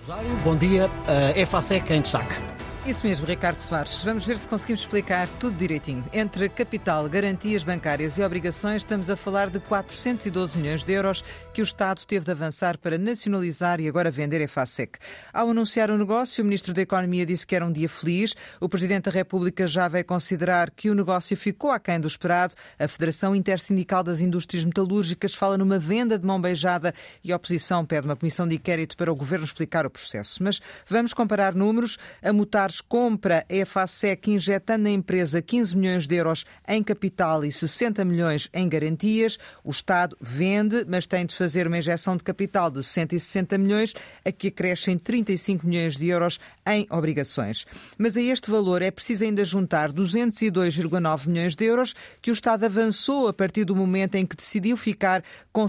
Rosário, bom dia. EFASEC em destaque. Isso mesmo, Ricardo Soares. Vamos ver se conseguimos explicar tudo direitinho. Entre capital, garantias bancárias e obrigações, estamos a falar de 412 milhões de euros que o Estado teve de avançar para nacionalizar e agora vender a EFASEC. Ao anunciar o negócio, o Ministro da Economia disse que era um dia feliz. O Presidente da República já veio considerar que o negócio ficou aquém do esperado. A Federação Intersindical das Indústrias Metalúrgicas fala numa venda de mão beijada e a oposição pede uma comissão de inquérito para o Governo explicar o processo. Mas vamos comparar números. A Mutares compra a EFASEC injetando na empresa 15 milhões de euros em capital e 60 milhões em garantias. O Estado vende, mas tem de fazer uma injeção de capital de 160 milhões, a que acrescem 35 milhões de euros em obrigações. Mas a este valor é preciso ainda juntar 202,9 milhões de euros que o Estado avançou a partir do momento em que decidiu ficar com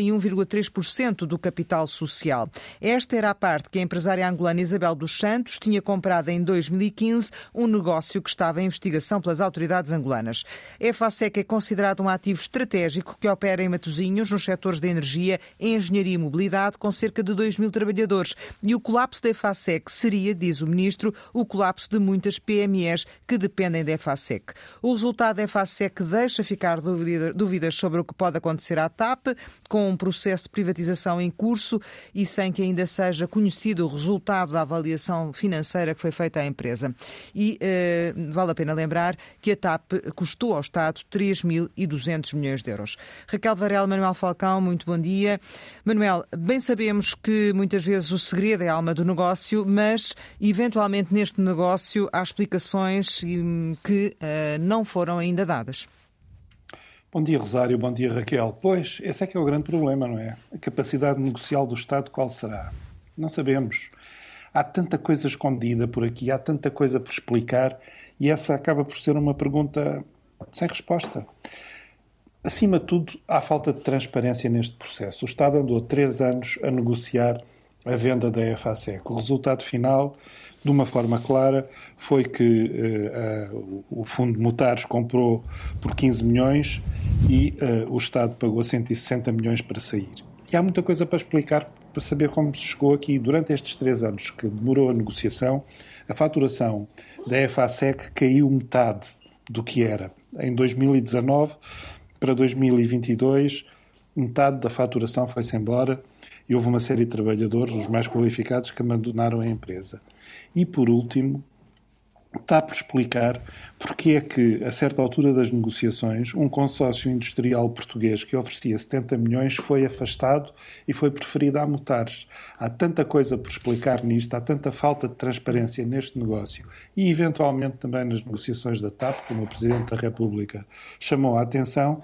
71,3% do capital social. Esta era a parte que a empresária angolana Isabel dos Santos tinha comprado em 2015, um negócio que estava em investigação pelas autoridades angolanas. A EFASEC é considerado um ativo estratégico que opera em Matosinhos, nos setores da energia, engenharia e mobilidade, com cerca de 2 mil trabalhadores. E o colapso da EFASEC seria, diz o Ministro, o colapso de muitas PMEs que dependem da EFASEC. O resultado da EFASEC deixa ficar dúvidas sobre o que pode acontecer à TAP, com um processo de privatização em curso e sem que ainda seja conhecido o resultado da avaliação financeira que foi feita à empresa. E vale a pena lembrar que a TAP custou ao Estado 3.200 milhões de euros. Raquel Varela, Manuel Falcão, muito bom dia. Manuel, bem sabemos que muitas vezes o segredo é a alma do negócio, mas eventualmente neste negócio há explicações que não foram ainda dadas. Bom dia, Rosário. Bom dia, Raquel. Pois, esse é que é o grande problema, não é? A capacidade negocial do Estado qual será? Não sabemos. Há tanta coisa escondida por aqui, há tanta coisa por explicar e essa acaba por ser uma pergunta sem resposta. Acima de tudo, há falta de transparência neste processo. O Estado andou 3 anos a negociar a venda da EFASEC. O resultado final, de uma forma clara, foi que o Fundo Mutares comprou por 15 milhões e o Estado pagou 160 milhões para sair. E há muita coisa para explicar, para saber como se chegou aqui. Durante estes 3 anos que demorou a negociação, a faturação da EFASEC caiu metade do que era. Em 2019 para 2022, metade da faturação foi-se embora e houve uma série de trabalhadores, os mais qualificados, que abandonaram a empresa. E, por último, está por explicar porque é que, a certa altura das negociações, um consórcio industrial português que oferecia 70 milhões foi afastado e foi preferido a Mutares. Há tanta coisa por explicar nisto, há tanta falta de transparência neste negócio e, eventualmente, também nas negociações da TAP, como o Presidente da República chamou a atenção,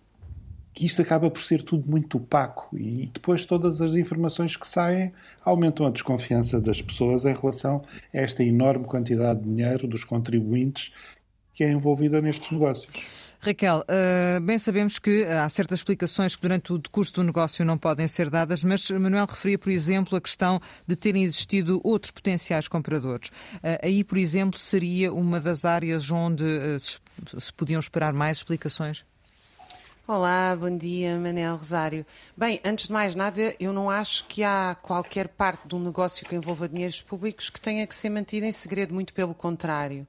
que isto acaba por ser tudo muito opaco e depois todas as informações que saem aumentam a desconfiança das pessoas em relação a esta enorme quantidade de dinheiro dos contribuintes que é envolvida nestes negócios. Raquel, bem sabemos que há certas explicações que durante o decurso do negócio não podem ser dadas, mas Manuel referia, por exemplo, a questão de terem existido outros potenciais compradores. Aí, por exemplo, seria uma das áreas onde se podiam esperar mais explicações? Olá, bom dia, Manel, Rosário. Bem, antes de mais nada, eu não acho que há qualquer parte de um negócio que envolva dinheiros públicos que tenha que ser mantida em segredo, muito pelo contrário.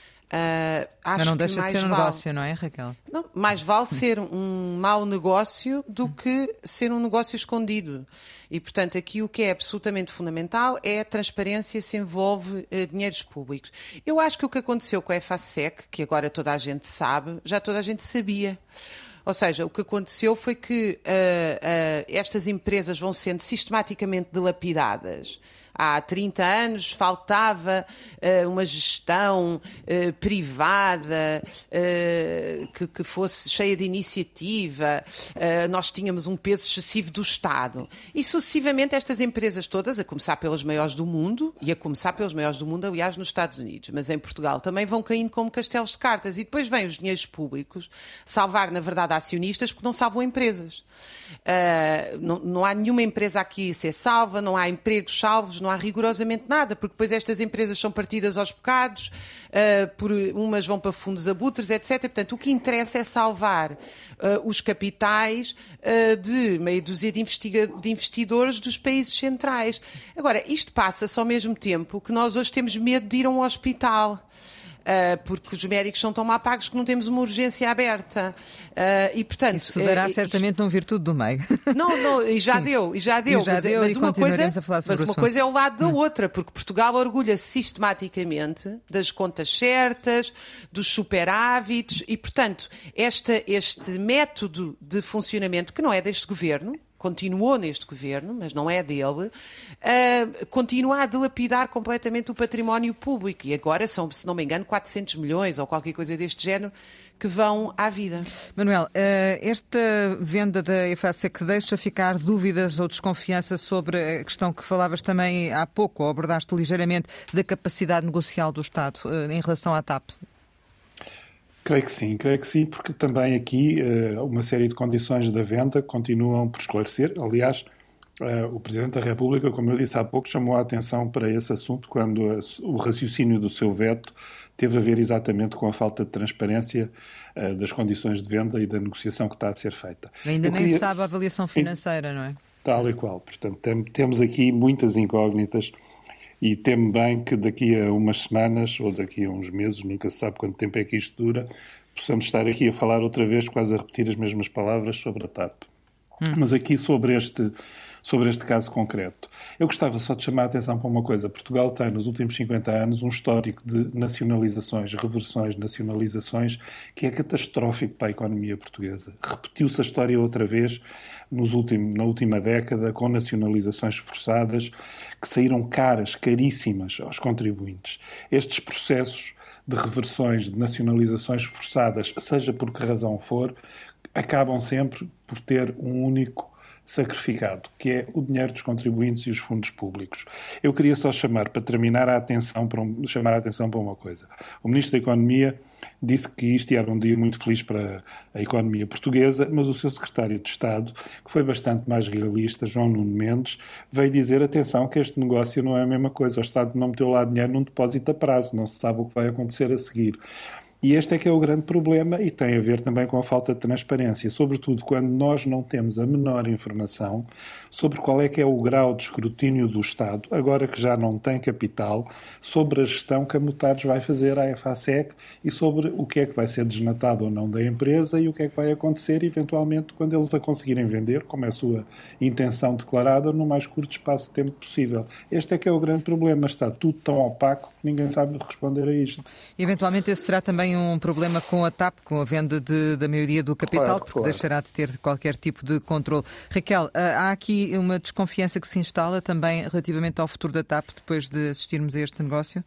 Mas não deixa de ser um negócio, não é, Raquel? Não, mais vale ser um mau negócio do que ser um negócio escondido. E, portanto, aqui o que é absolutamente fundamental é a transparência se envolve dinheiros públicos. Eu acho que o que aconteceu com a EFASEC, que agora toda a gente sabe, já toda a gente sabia. Ou seja, o que aconteceu foi que estas empresas vão sendo sistematicamente dilapidadas. Há 30 anos faltava uma gestão privada que fosse cheia de iniciativa, nós tínhamos um peso excessivo do Estado. E sucessivamente estas empresas todas, a começar pelas maiores do mundo, e a começar pelos maiores do mundo, aliás, nos Estados Unidos, mas em Portugal também vão caindo como castelos de cartas. E depois vêm os dinheiros públicos salvar, na verdade, acionistas porque não salvam empresas. Não há nenhuma empresa aqui a ser salva, não há empregos salvos, não há rigorosamente nada, porque depois estas empresas são partidas aos bocados, umas vão para fundos abutres, etc. Portanto, o que interessa é salvar os capitais de meia dúzia de investidores dos países centrais. Agora, isto passa-se ao mesmo tempo que nós hoje temos medo de ir a um hospital. Porque os médicos são tão mal pagos que não temos uma urgência aberta. E, portanto, isso dará certamente um virtude do meio. Não, e já deu. Mas uma coisa é o lado da outra, porque Portugal orgulha-se sistematicamente das contas certas, dos superávites, e, portanto, este método de funcionamento, que não é deste governo, continuou neste governo, mas não é dele, continua a dilapidar completamente o património público. E agora são, se não me engano, 400 milhões ou qualquer coisa deste género que vão à vida. Manuel, esta venda da EFASEC deixa ficar dúvidas ou desconfiança sobre a questão que falavas também há pouco, ou abordaste ligeiramente, da capacidade negocial do Estado em relação à TAP? Creio que sim, porque também aqui uma série de condições da venda continuam por esclarecer. Aliás, o Presidente da República, como eu disse há pouco, chamou a atenção para esse assunto quando o raciocínio do seu veto teve a ver exatamente com a falta de transparência das condições de venda e da negociação que está a ser feita. Ainda nem se sabe a avaliação financeira, não é? Tal e qual. Portanto, temos aqui muitas incógnitas. E temo bem que daqui a umas semanas ou daqui a uns meses, nunca se sabe quanto tempo é que isto dura, possamos estar aqui a falar outra vez, quase a repetir as mesmas palavras sobre a TAP. Mas aqui sobre este caso concreto. Eu gostava só de chamar a atenção para uma coisa. Portugal tem, nos últimos 50 anos, um histórico de nacionalizações, reversões, nacionalizações, que é catastrófico para a economia portuguesa. Repetiu-se a história outra vez na última década, com nacionalizações forçadas, que saíram caríssimas aos contribuintes. Estes processos de reversões, de nacionalizações forçadas, seja por que razão for, acabam sempre por ter um único sacrificado, que é o dinheiro dos contribuintes e os fundos públicos. Eu queria só chamar a atenção para uma coisa. O Ministro da Economia disse que isto era um dia muito feliz para a economia portuguesa, mas o seu Secretário de Estado, que foi bastante mais realista, João Nuno Mendes, veio dizer, atenção, que este negócio não é a mesma coisa. O Estado não meteu lá dinheiro num depósito a prazo, não se sabe o que vai acontecer a seguir. E este é que é o grande problema e tem a ver também com a falta de transparência, sobretudo quando nós não temos a menor informação sobre qual é que é o grau de escrutínio do Estado, agora que já não tem capital, sobre a gestão que a Mutares vai fazer à EFASEC e sobre o que é que vai ser desnatado ou não da empresa e o que é que vai acontecer eventualmente quando eles a conseguirem vender, como é a sua intenção declarada, no mais curto espaço de tempo possível. Este é que é o grande problema, está tudo tão opaco que ninguém sabe responder a isto. Eventualmente esse será também um problema com a TAP, com a venda da maioria do capital, porque deixará de ter qualquer tipo de controle. Raquel, há aqui uma desconfiança que se instala também relativamente ao futuro da TAP depois de assistirmos a este negócio?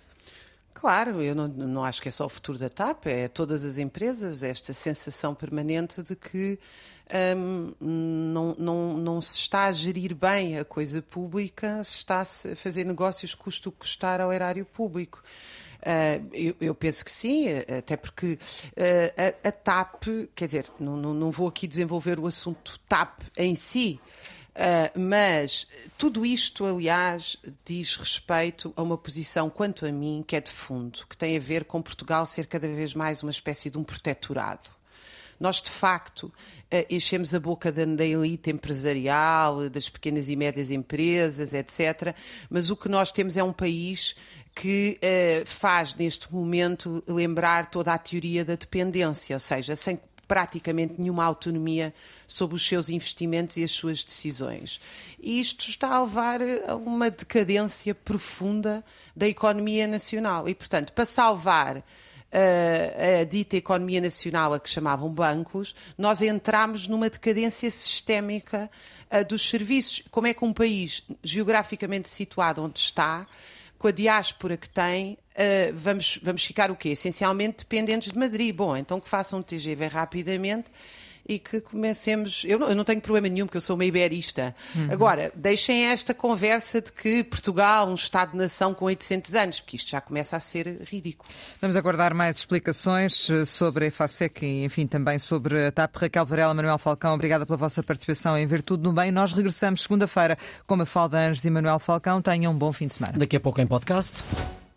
Claro, eu não acho que é só o futuro da TAP, é todas as empresas, esta sensação permanente de que não se está a gerir bem a coisa pública, se está a fazer negócios custo que custar ao erário público. Eu penso que sim, até porque a TAP, quer dizer, não vou aqui desenvolver o assunto TAP em si, mas tudo isto, aliás, diz respeito a uma posição, quanto a mim, que é de fundo, que tem a ver com Portugal ser cada vez mais uma espécie de um protetorado. Nós, de facto, enchemos a boca da elite empresarial, das pequenas e médias empresas, etc. Mas o que nós temos é um país que faz, neste momento, lembrar toda a teoria da dependência, ou seja, sem praticamente nenhuma autonomia sobre os seus investimentos e as suas decisões. E isto está a levar a uma decadência profunda da economia nacional. E, portanto, para salvar a dita economia nacional, a que chamavam bancos, nós entramos numa decadência sistémica dos serviços. Como é que um país geograficamente situado onde está, com a diáspora que tem, vamos ficar o quê? Essencialmente dependentes de Madrid. Bom, então que façam um TGV rapidamente e que comecemos... Eu não tenho problema nenhum, porque eu sou uma iberista. Agora, deixem esta conversa de que Portugal, um Estado-nação com 800 anos, porque isto já começa a ser ridículo. Vamos aguardar mais explicações sobre a EFASEC e, enfim, também sobre a TAP. Raquel Varela, Manuel Falcão, obrigada pela vossa participação em Ver Tudo no Bem. Nós regressamos segunda-feira com Mafalda Anjos e Manuel Falcão. Tenham um bom fim de semana. Daqui a pouco em podcast.